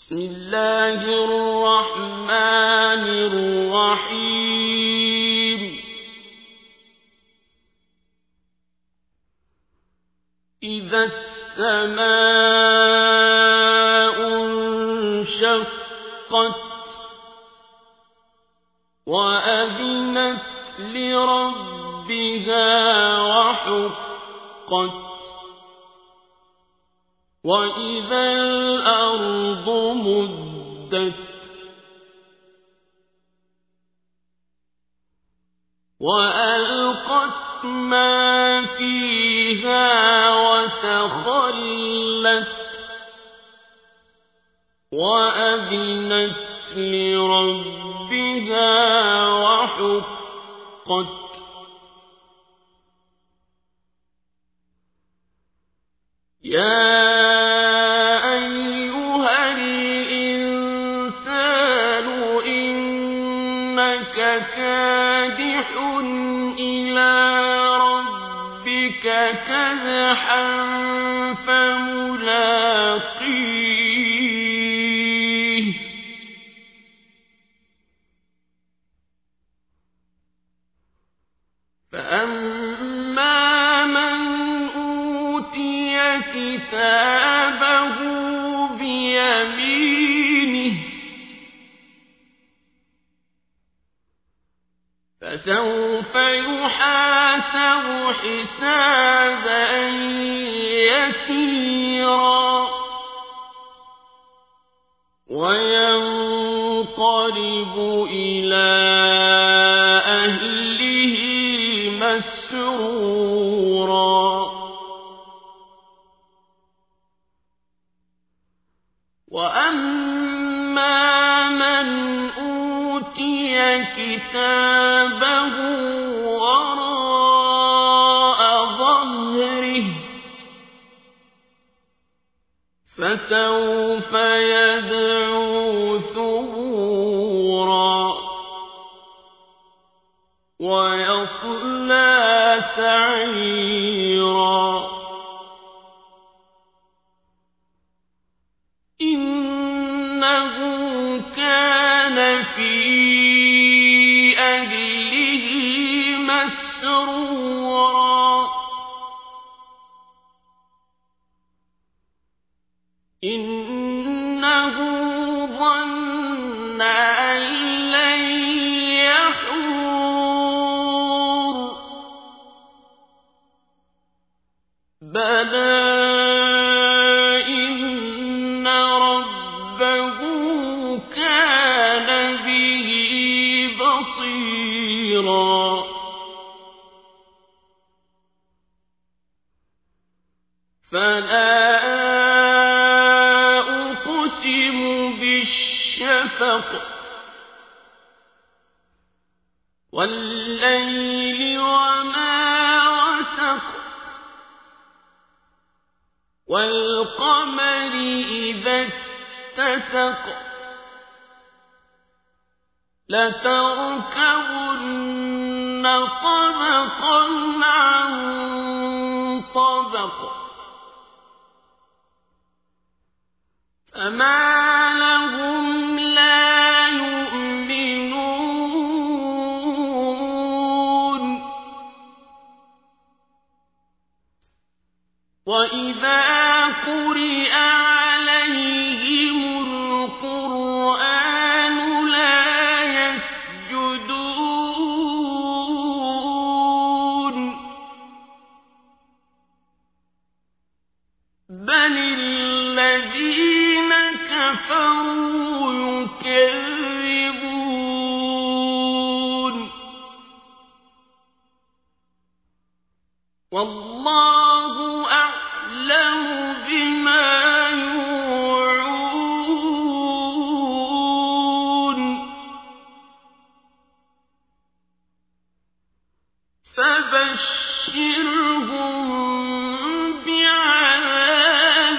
بسم الله الرحمن الرحيم إذا السماء انشقت وأذنت لربها وحقت وإذا الأرض مدت وألقت ما فيها وتخلت وأذنت لربها وحقت يا أيها الإنسان إنك كادح إلى ربك كدحا فملاقيه فأما من أوتي كتابه بيمينه فسوف يحاسب حسابا يسيرا وينقلب إلى أهله مسرورا وأما من أوتي كتابه وراء ظهره فسوف يدعو ثبورا ويصلى سعيرا إنه كان في أهله مسرورا إنه ظن أن لن يحور بلى إن ربه كان به بصيرا فلا أقسم بالشفق والليل وما وسق والقمر إذا اتسق لتركبن طبقا عن طبق فما لهم لا يؤمنون وإذا قرئ عليهم القرآن لا يسجدون بل الذين كفروا يكذبون والله أعلم بما يوعون فبشرهم بعذاب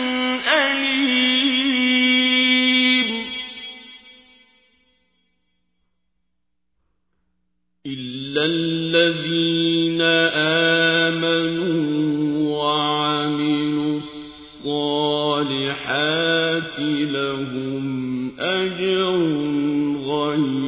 أليم إلا الذين آمنوا وعملوا الصالحات لهم أجر غير